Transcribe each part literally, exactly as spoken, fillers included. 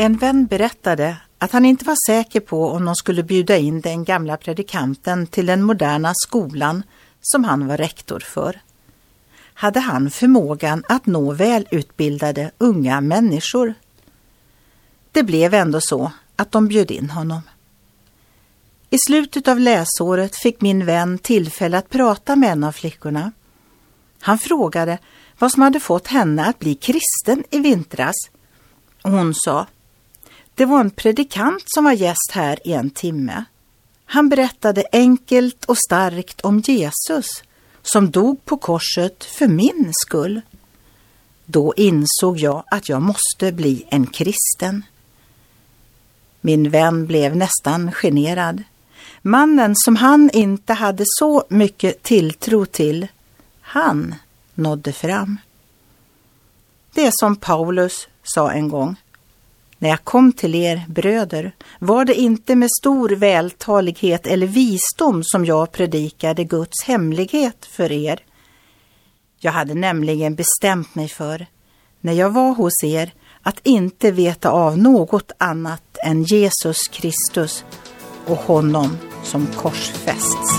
En vän berättade att han inte var säker på om de skulle bjuda in den gamla predikanten till den moderna skolan som han var rektor för. Hade han förmågan att nå välutbildade unga människor? Det blev ändå så att de bjöd in honom. I slutet av läsåret fick min vän tillfälle att prata med en av flickorna. Han frågade vad som hade fått henne att bli kristen i vintras. Hon sa: det var en predikant som var gäst här i en timme. Han berättade enkelt och starkt om Jesus som dog på korset för min skull. Då insåg jag att jag måste bli en kristen. Min vän blev nästan generad. Mannen som han inte hade så mycket tilltro till, han nådde fram. Det är som Paulus sa en gång: när jag kom till er, bröder, var det inte med stor vältalighet eller visdom som jag predikade Guds hemlighet för er. Jag hade nämligen bestämt mig för, när jag var hos er, att inte veta av något annat än Jesus Kristus och honom som korsfästs.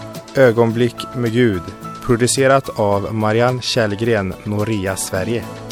Ögonblick med Gud, producerat av Marianne Källgren, Noria, Sverige.